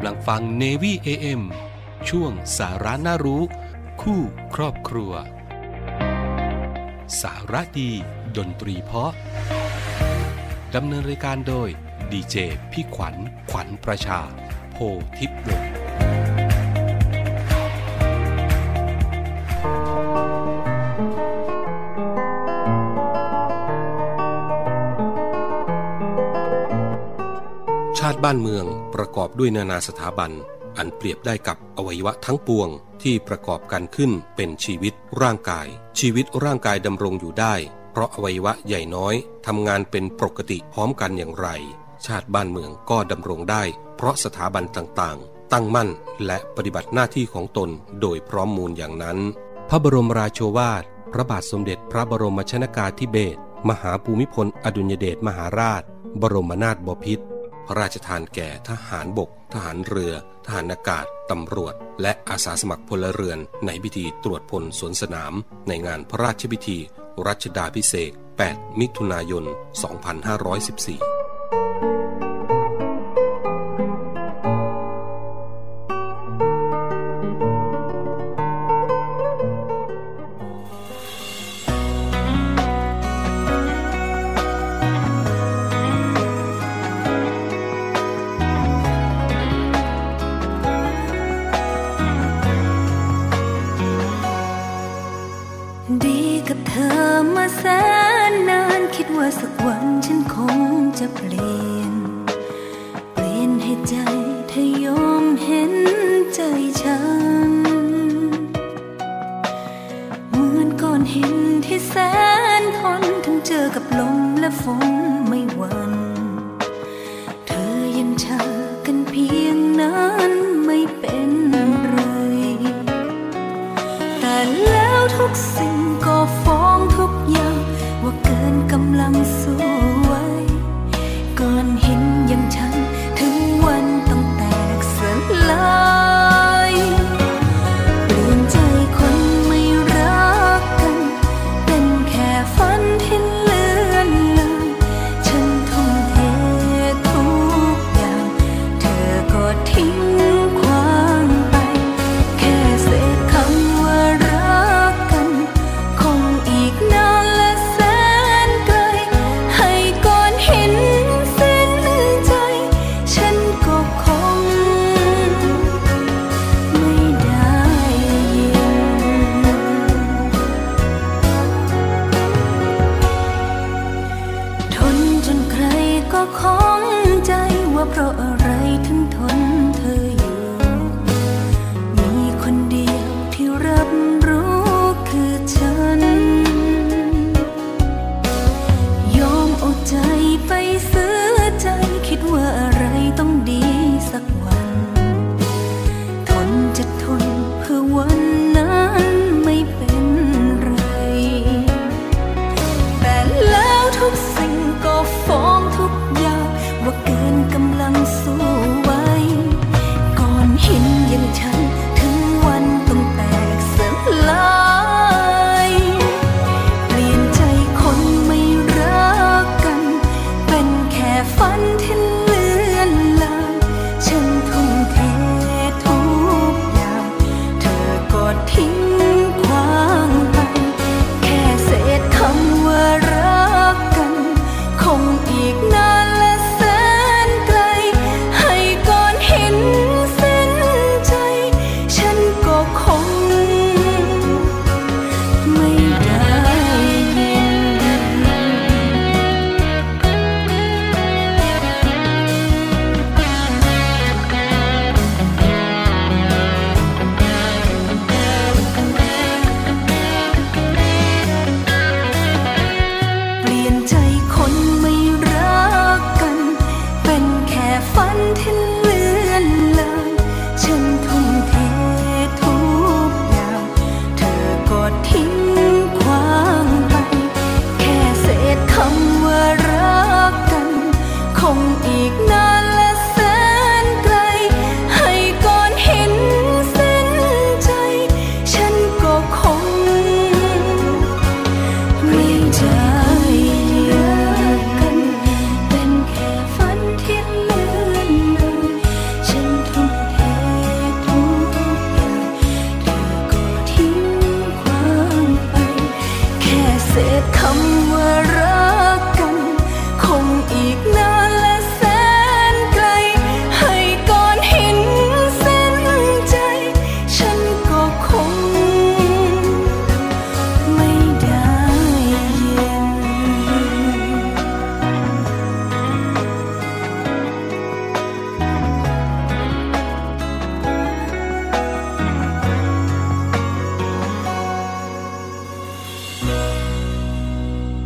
ำลังฟัง Navy AM ช่วงสาระน่ารู้คู่ครอบครัวสาระดีดนตรีเพราะดำเนินรายการโดยดีเจพี่ขวัญประชาโพธิวงศ์ชาติบ้านเมืองประกอบด้วยนานาสถาบันอันเปรียบได้กับอวัยวะทั้งปวงที่ประกอบกันขึ้นเป็นชีวิตร่างกายชีวิตร่างกายดำรงอยู่ได้เพราะอวัยวะใหญ่น้อยทำงานเป็นปกติพร้อมกันอย่างไรชาติบ้านเมืองก็ดำรงได้เพราะสถาบันต่างๆตั้งมั่นและปฏิบัติหน้าที่ของตนโดยพร้อมมูลอย่างนั้นพระบรมราโชวาทพระบาทสมเด็จพระบรมชนกาธิเบศรมหาภูมิพลอดุลยเดชมหาราชบรมนาถบพิตรพระราชทานแก่ทหารบกทหารเรือทหารอากาศตำรวจและอาสาสมัครพลเรือนในพิธีตรวจพลสวนสนามในงานพระราชพิธีรัชดาภิเษก 8 มิถุนายน 2514 สักวันฉันคงจะเปลี่ยนให้ใจเธอยอมเห็นใจฉันเหมือนก้อนหินที่แสนทนถึงเจอกับลมและฝนไม่หวั่นเธอยังชากันเพียงนั้นไม่เป็นไรแต่แล้วทุกสิ่งก็ฟ้องทุกอย่างว่าเกินกำลังสู้ไว้ก้อนหินอย่างฉันถึงวันต้องแตกสลายเปลี่ยนใจคนไม่รักกันเป็นแค่ฝันที่เลือนลางฉันทุ่มเททุกอย่างเธอก็ทิ้งขว้างไปแค่เศษคำว่ารักกันคงอีกนานให้ก้อนหินสิ้นใจ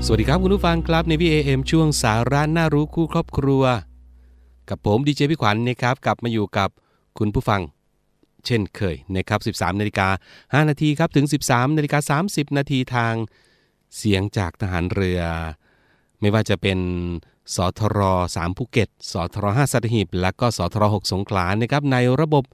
สวัสดีครับคุณผู้ฟังครับใน VAM ช่วงสาระน่ารู้คู่ครอบครัวกับผมดีเจพี่ขวัญนะครับกลับมาอยู่กับคุณผู้ฟังเช่นเคยนะครับ 13:05 นาทีครับถึง 13:30 นาทีทางเสียงจากทหารเรือไม่ว่าจะเป็นสทร3ภูเก็ตสทร5สัตหีบและก็สทร6สงขลานะครับในระบบ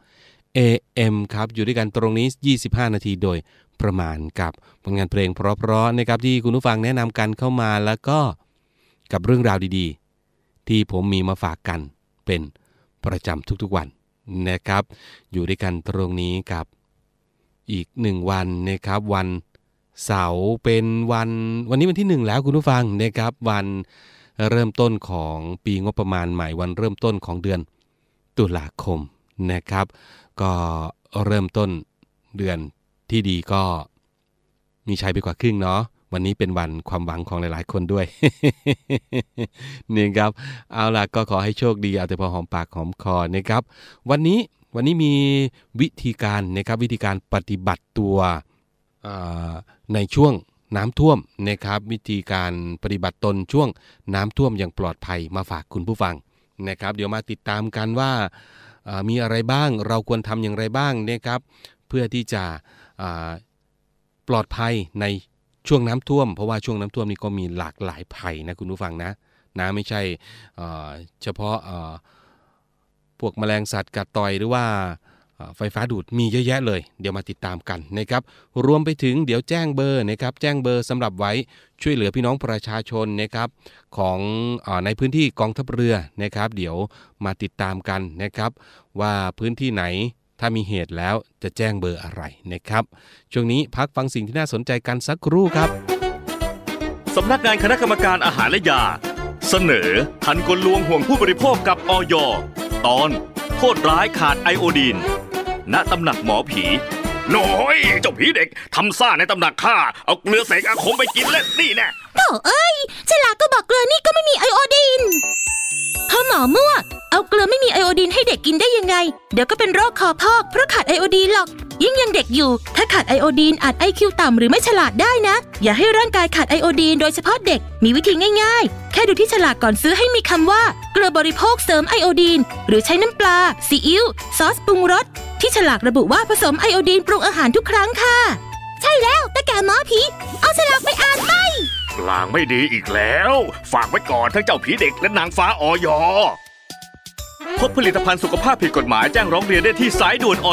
AM ครับอยู่ด้วยกันตรงนี้25 นาทีโดยประมาณกับผลงานเพลงเพราะๆนะครับที่คุณผู้ฟังแนะนำกันเข้ามาแล้วก็กับเรื่องราวดีๆที่ผมมีมาฝากกันเป็นประจำทุกๆวันนะครับอยู่ด้วยกันตรงนี้กับอีก1วันนะครับวันเสาร์เป็นวันนี้วันที่1แล้วคุณผู้ฟังนะครับวันเริ่มต้นของปีงบประมาณใหม่วันเริ่มต้นของเดือนตุลาคมนะครับก็เริ่มต้นเดือนที่ดีก็มีชัยไปกว่าครึ่งเนาะวันนี้เป็นวันความหวังของหลายๆคนด้วย นี่ครับเอาล่ะก็ขอให้โชคดีเอาแต่พอหอมปากหอมคอนะครับวันนี้มีวิธีการนะครับวิธีการปฏิบัติตัวในช่วงน้ำท่วมนะครับวิธีการปฏิบัติตนช่วงน้ำท่วมอย่างปลอดภัยมาฝากคุณผู้ฟังนะครับเดี๋ยวมาติดตามกันว่ามีอะไรบ้างเราควรทำอย่างไรบ้างนะครับเพื่อที่จะปลอดภัยในช่วงน้ำท่วมเพราะว่าช่วงน้ำท่วมนี่ก็มีหลากหลายภัยนะคุณผู้ฟังนะไม่ใช่เฉพาะพวกแมลงสัตว์กัดต่อยหรือว่าไฟฟ้าดูดมีเยอะแยะเลยเดี๋ยวมาติดตามกันนะครับรวมไปถึงเดี๋ยวแจ้งเบอร์นะครับแจ้งเบอร์สำหรับไว้ช่วยเหลือพี่น้องประชาชนนะครับของในพื้นที่กองทัพเรือนะครับเดี๋ยวมาติดตามกันนะครับว่าพื้นที่ไหนถ้ามีเหตุแล้วจะแจ้งเบอร์อะไรนะครับช่วงนี้พักฟังสิ่งที่น่าสนใจกันสักครู่ครับสำนักงานคณะกรรมการอาหารและยาเสนอทันกลลวงห่วงผู้บริโภคกับอย.ตอนโทษร้ายขาดไอโอดีนณตำหนักหมอผีน้อยเจ้าผีเด็กทำซ่าในตำหนักข้าเอาเกลือเสกอาคมไปกินเล่นนี่แน่โถ่เอ้ยฉลากก็บอกเกลือนี่ก็ไม่มีไอโอดีนพ่อหมอมั่วเอาเกลือไม่มีไอโอดีนให้เด็กกินได้ยังไงเดี๋ยวก็เป็นโรคคอพอกเพราะขาดไอโอดีนหรอกยิ่งยังเด็กอยู่ถ้าขาดไอโอดีนอาจ IQ ต่ำหรือไม่ฉลาดได้นะอย่าให้ร่างกายขาดไอโอดีนโดยเฉพาะเด็กมีวิธีง่ายๆแค่ดูที่ฉลากก่อนซื้อให้มีคำว่าเกลือบริโภคเสริมไอโอดีนหรือใช้น้ำปลาซีอิ๊วซอสปรุงรสที่ฉลากระบุว่าผสมไอโอดีนปรุงอาหารทุกครั้งค่ะใช่แล้วตะแก่หมอผีเอาฉลากไปอ่านไปลางไม่ดีอีกแล้วฝากไว้ก่อนทั้งเจ้าผีเด็กและนางฟ้าอย.พบผลิตภัณฑ์สุขภาพผิดกฎหมายแจ้งร้องเรียนได้ที่สายด่วนอย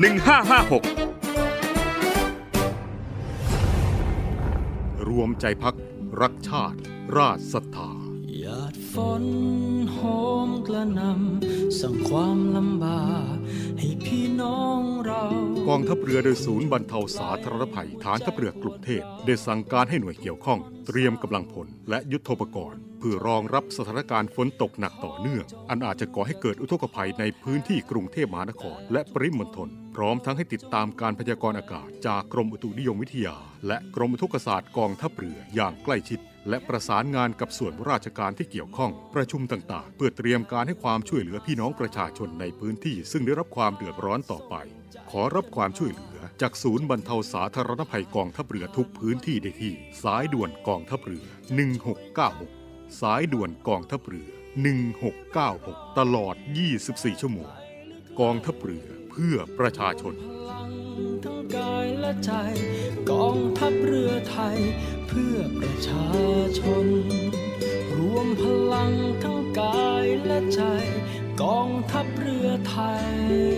1556 รวมใจพักรักชาติราชศรัทธาหยาดฝนโหมกระหน่ำสั่งความลำบากให้พี่น้องเรากองทัพเรือโดยศูนย์บรรเทาสาธารณภัยฐานทัพเรือกรุงเทพได้สั่งการให้หน่วยเกี่ยวข้องเตรียมกำลังพลและยุทโธปกรณ์เพื่อรองรับสถานการณ์ฝนตกหนักต่อเนื่องอันอาจจะก่อให้เกิดอุทกภัยในพื้นที่กรุงเทพมหานครและปริมณฑลพร้อมทั้งให้ติดตามการพยากรณ์อากาศจากกรมอุตุนิยมวิทยาและกรมอุทกศาสตร์กองทัพเรืออย่างใกล้ชิดและประสานงานกับส่วนราชการที่เกี่ยวข้องประชุมต่างๆเพื่อเตรียมการให้ความช่วยเหลือพี่น้องประชาชนในพื้นที่ซึ่งได้รับความเดือดร้อนต่อไปขอรับความช่วยเหลือจากศูนย์บรรเทาสาธารณภัยกองทัพเรือทุกพื้นที่ได้ที่สายด่วนกองทัพเรือ1696สายด่วนกองทัพเรือ1696ตลอด24ชั่วโมงกองทัพเรือเพื่อประชาชนทั้งกายและใจกองทัพเรือไทยเพื่อประชาชนรวมพลังทั้งกายและใจกองทัพเรือไทย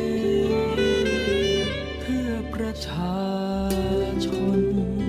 เพื่อประชาชน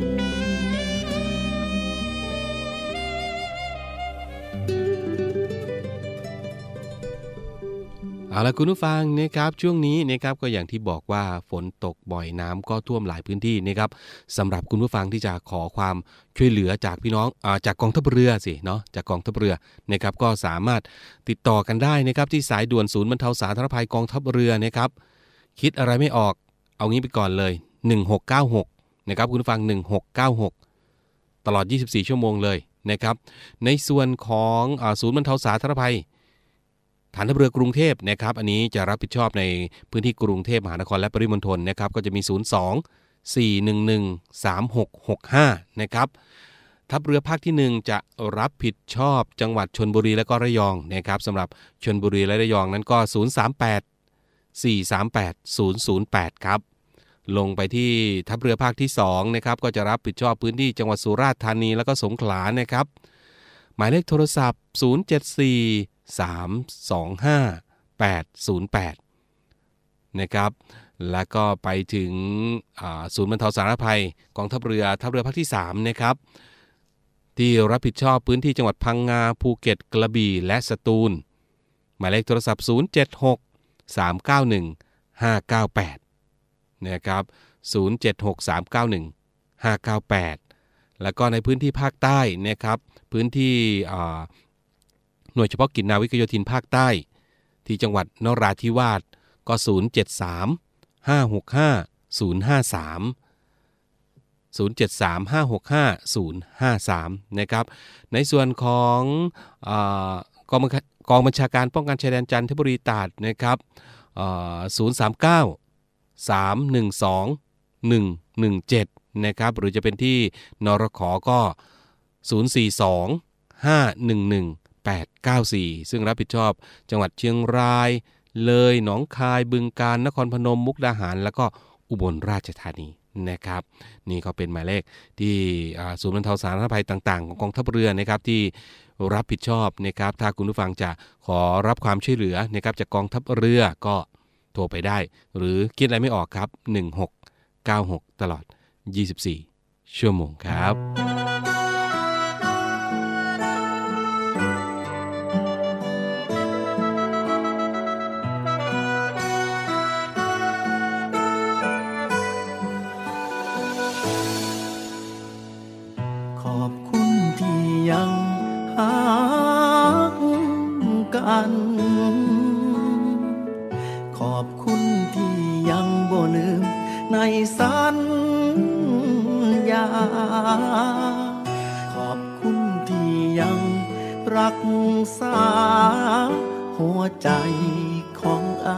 เอาล่ะคุณผู้ฟังนะครับช่วงนี้นะครับก็อย่างที่บอกว่าฝนตกบ่อยน้ำก็ท่วมหลายพื้นที่นะครับสำหรับคุณผู้ฟังที่จะขอความช่วยเหลือจากพี่น้องจากกองทัพเรือสิเนาะจากกองทัพเรือนะครับก็สามารถติดต่อกันได้นะครับที่สายด่วนศูนย์บรรเทาสาธารณภัยกองทัพเรือนะครับคิดอะไรไม่ออกเอางี้ไปก่อนเลย1696นะครับคุณผู้ฟัง1696ตลอด24ชั่วโมงเลยนะครับในส่วนของศูนย์บรรเทาสาธารณภัยฐานทัพเรือกรุงเทพนะครับอันนี้จะรับผิดชอบในพื้นที่กรุงเทพมหานครและปริมณฑลนะครับก็จะมี02 411 3665นะครับทัพเรือภาคที่1จะรับผิดชอบจังหวัดชลบุรีและก็ระยองนะครับสำหรับชลบุรีและระยองนั้นก็038-438-008ครับลงไปที่ทัพเรือภาคที่2นะครับก็จะรับผิดชอบพื้นที่จังหวัดสุราษฎร์ธานีแล้วก็สงขลานะครับหมายเลขโทรศัพท์074-325-808นะครับแล้วก็ไปถึงศูนย์บรรเทาสาธารณภัยกองทัพเรือภาคที่3นะครับที่รับผิดชอบพื้นที่จังหวัดพังงาภูเก็ตกระบี่และสตูลหมายเลขโทรศัพท์076-391-598นะครับ076-391-598แล้วก็ในพื้นที่ภาคใต้นะครับพื้นที่หน่วยเฉพาะกิจนาวิกโยธินภาคใต้ที่จังหวัดนราธิวาสก็073-565-053 073-565-053นะครับในส่วนของกองบัญชาการป้องกันชายแดนจันทบุรีตราดนะครับ039-312-117นะครับหรือจะเป็นที่นรข.ก็042-511-894ซึ่งรับผิดชอบจังหวัดเชียงรายเลยหนองคายบึงกาฬนครพนมมุกดาหารแล้วก็อุบลราชธานีนะครับนี่ก็เป็นหมายเลขที่ศูนย์บรรเทาสาธารณภัยต่างๆของกองทัพเรือนะครับที่รับผิดชอบนะครับถ้าคุณผู้ฟังจะขอรับความช่วยเหลือนะครับจากกองทัพเรือก็โทรไปได้หรือคิดอะไรไม่ออกครับ1696ตลอด24ชั่วโมงครับขอบคุณที่ยังหักกันขอบคุณที่ยังบ่ลืมในสัญญาขอบคุณที่ยังรักษาหัวใจของอา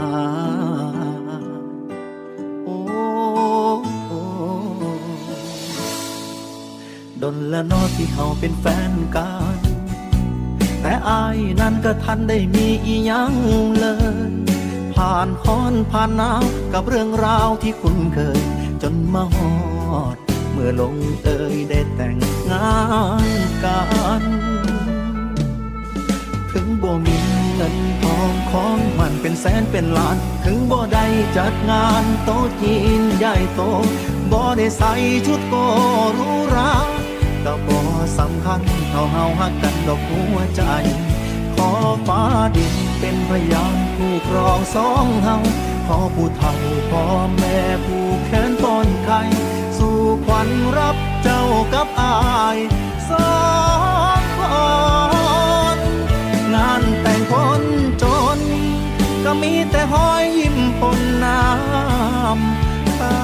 ดนละนอที่เขาเป็นแฟนกันแต่อายนั้นก็ทันได้มีอีหยังเลยผ่านฮ้อนผ่านหนาวกับเรื่องราวที่คุ้นเคยจนมาฮอดเมื่อลงเอยได้แต่งงานกันถึงบ่มีเงินทองของมันเป็นแสนเป็นล้านถึงบ่ได้จัดงานโต๊ะจีนใหญ่โตบ่ได้ใส่ชุดโกหรูหราก็บ่สำคัญเท่าเฮาฮักกันดอกหัวใจขอฟ้าดินเป็นพยานผู้ครองสองเฮาขอผู้เฒ่าพ่อแม่ผู้แขนต้นไข่สู่ขวัญรับเจ้ากับอายสองคนงานแต่งคนจนก็มีแต่ห้อยยิ้มปนน้ำตา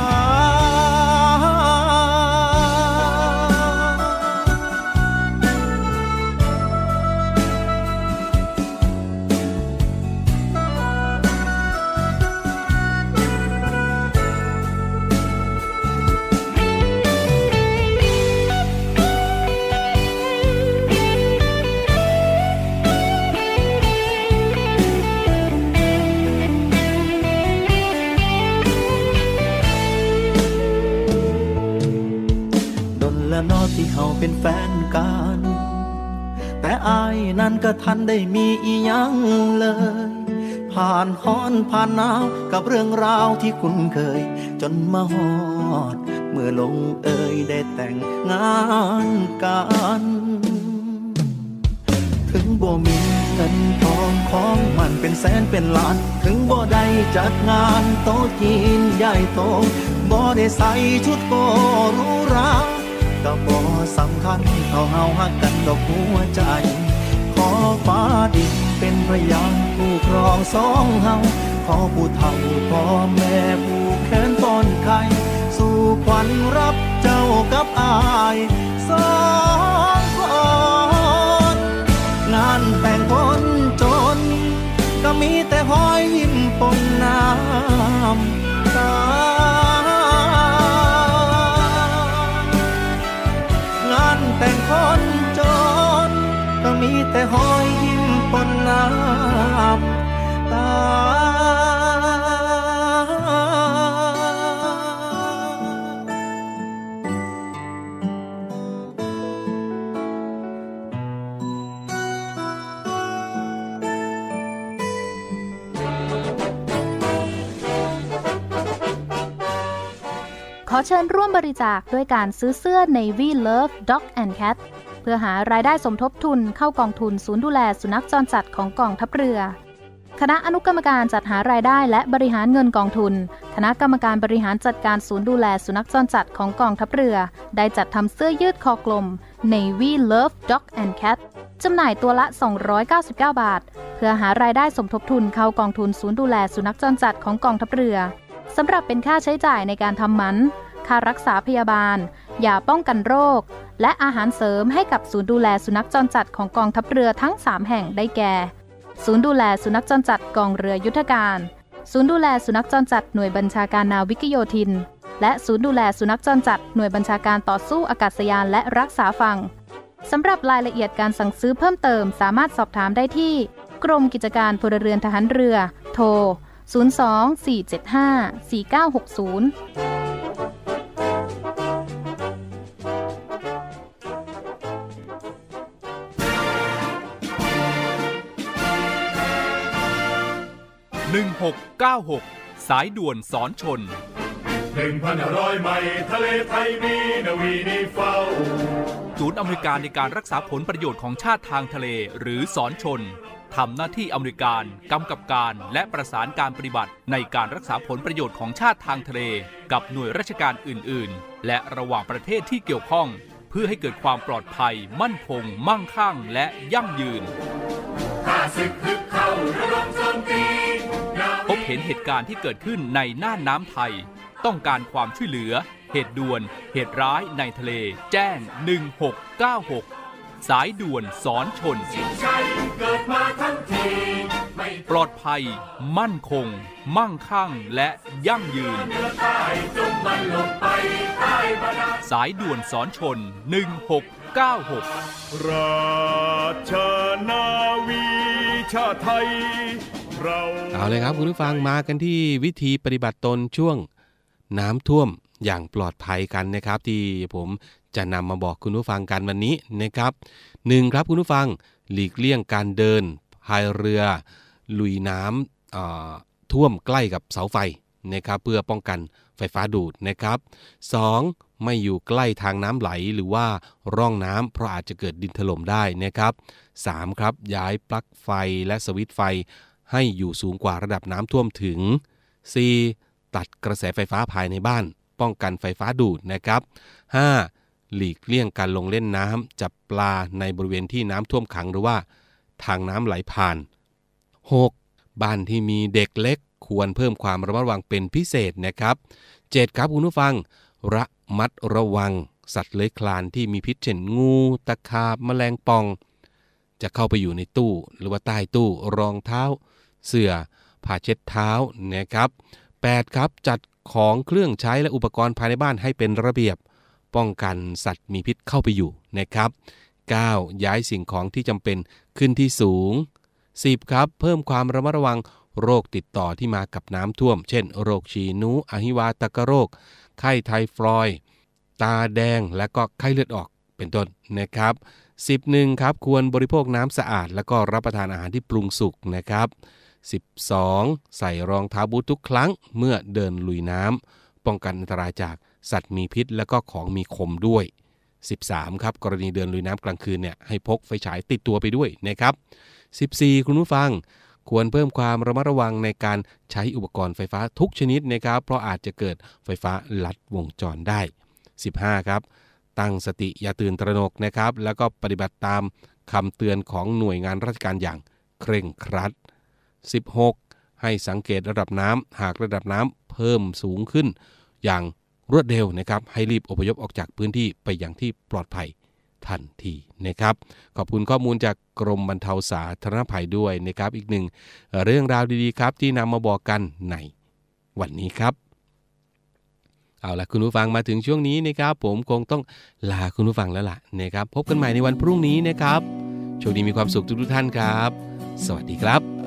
ที่เขาเป็นแฟนกันแต่อายนั้นก็ทันได้มีอีหยังเลยผ่านฮ้อนผ่านหนาวกับเรื่องราวที่คุ้นเคยจนมาฮอดเมื่อลงเอยได้แต่งงานกันถึงบ่มีเงินทองของมันเป็นแสนเป็นล้านถึงบ่ได้จัดงานโต๊ะจีนใหญ่โตบ่ได้ใส่ชุดโกหรูหราก็บ่สำคัญเท่าเฮาฮักกันดอกหัวใจขอฟ้าดินเป็นพยานผู้ครองสองเฮาขอผู้เฒ่าพ่อแม่ผู้แขนป้อนไข่สู่ขวัญรับเจ้ากับอายสองคนงานแต่งคนจนก็มีแต่ห้อยยิ้มปนน้ำตางานแต่อเชิญร่วมบริจาคด้วยการซื้อเสื้อ Navy Love Dog and Cat เพื่อหารายได้สมทบทุนเข้ากองทุนศูนย์ดูแลสุนัขจรจัดของกองทัพเรือคณะอนุกรรมการจัดหารายได้และบริหารเงินกองทุนคณะกรรมการบริหารจัดการศูนย์ดูแลสุนัขจรจัดของกองทัพเรือได้จัดทำเสื้อยืดคอกลม Navy Love Dog and Cat จำหน่ายตัวละ299 บาทเพื่อหารายได้สมทบทุนเข้ากองทุนศูนย์ดูแลสุนัขจรจัดของกองทัพเรือสำหรับเป็นค่าใช้จ่ายในการทำหมันค่ารักษาพยาบาลยาป้องกันโรคและอาหารเสริมให้กับศูนย์ดูแลสุนัขจรจัดของกองทัพเรือทั้ง3แห่งได้แก่ศูนย์ดูแลสุนัขจรจัดกองเรือยุทธการศูนย์ดูแลสุนัขจรจัดหน่วยบัญชาการนาวิกโยธินและศูนย์ดูแลสุนัขจรจัดหน่วยบัญชาการต่อสู้อากาศยานและรักษาฝั่งสำหรับรายละเอียดการสั่งซื้อเพิ่มเติมสามารถสอบถามได้ที่กรมกิจการพลเรือนทหารเรือโทร024754960 1696 สายด่วนสอนชน 1,500 ไมล์ทะเลไทยมีนาวีนิเฝ้าศูนย์อเมริการในการรักษาผลประโยชน์ของชาติทางทะเลหรือสอนชนทำหน้าที่อเมริการกำกับการและประสานการปฏิบัติในการรักษาผลประโยชน์ของชาติทางทะเลกับหน่วยราชการอื่นๆและระหว่างประเทศที่เกี่ยวข้องเพื่อให้เกิดความปลอดภัยมั่นคงมั่งคั่งและยั่งยืนถ้าศึกฮึกเข้าระดมโจมตีพบเห็นเหตุการณ์ที่เกิดขึ้นในน่านน้ำไทยต้องการความช่วยเหลือเหตุด่วนเหตุร้ายในทะเลแจ้ง1696สายด่วนสอนชนปลอดภัยมั่นคงมั่งคั่งและยั่งยืนสายด่วนสอนชน1696 ราชนาวีชาติไทยเอาเลยครับคุณผู้ฟังมากันที่วิธีปฏิบัติตนช่วงน้ำท่วมอย่างปลอดภัยกันนะครับที่ผมจะนำมาบอกคุณผู้ฟังกันวันนี้นะครับ1ครับคุณผู้ฟังหลีกเลี่ยงการเดินพายเรือลุยน้ำท่วมใกล้กับเสาไฟนะครับเพื่อป้องกันไฟฟ้าดูดนะครับ2ไม่อยู่ใกล้ทางน้ำไหลหรือว่าร่องน้ำเพราะอาจจะเกิดดินถล่มได้นะครับ3ครับย้ายปลั๊กไฟและสวิตช์ไฟให้อยู่สูงกว่าระดับน้ำท่วมถึง 4. ตัดกระแสไฟฟ้าภายในบ้านป้องกันไฟฟ้าดูดนะครับ 5. หลีกเลี่ยงการลงเล่นน้ำจับปลาในบริเวณที่น้ำท่วมขังหรือว่าทางน้ำไหลผ่าน 6. บ้านที่มีเด็กเล็กควรเพิ่มความระมัดระวังเป็นพิเศษนะครับ 7. ครับคุณผู้ฟังระมัดระวังสัตว์เลื้อยคลานที่มีพิษเช่นงูตะขาบแมลงป่องจะเข้าไปอยู่ในตู้หรือว่าใต้ตู้รองเท้าเสื่อผ้าเช็ดเท้านะครับ 8. ครับจัดของเครื่องใช้และอุปกรณ์ภายในบ้านให้เป็นระเบียบป้องกันสัตว์มีพิษเข้าไปอยู่นะครับ 9. ย้ายสิ่งของที่จำเป็นขึ้นที่สูง 10. ครับเพิ่มความระมัดระวังโรคติดต่อที่มากับน้ำท่วมเช่นโรคฉี่หนูอหิวาตกโรคไข้ไทฟอยด์ตาแดงและก็ไข้เลือดออกเป็นต้นนะครับ 11. ครับควรบริโภคน้ำสะอาดและก็รับประทานอาหารที่ปรุงสุกนะครับ 12. ใส่รองเท้าบูททุกครั้งเมื่อเดินลุยน้ำป้องกันอันตรายจากสัตว์มีพิษและก็ของมีคมด้วย 13. ครับกรณีเดินลุยน้ำกลางคืนเนี่ยให้พกไฟฉายติดตัวไปด้วยนะครับ 14. คุณผู้ฟังควรเพิ่มความระมัดระวังในการใช้อุปกรณ์ไฟฟ้าทุกชนิดนะครับเพราะอาจจะเกิดไฟฟ้าลัดวงจรได้ 15. ครับตั้งสติอย่าตื่นตระหนกนะครับแล้วก็ปฏิบัติตามคำเตือนของหน่วยงานราชการอย่างเคร่งครัด 16. ให้สังเกตระดับน้ำหากระดับน้ำเพิ่มสูงขึ้นอย่างรวดเร็วนะครับให้รีบอพยพออกจากพื้นที่ไปอย่างที่ปลอดภัยทันทีนะครับขอบคุณข้อมูลจากกรมบรรเทาสาธารณภัยด้วยนะครับอีกหนึ่งเรื่องราวดีๆครับที่นำมาบอกกันในวันนี้ครับเอาล่ะคุณผู้ฟังมาถึงช่วงนี้นะครับผมคงต้องลาคุณผู้ฟังแล้วล่ะนะครับพบกันใหม่ในวันพรุ่งนี้นะครับโชคดีมีความสุขทุกท่านครับสวัสดีครับ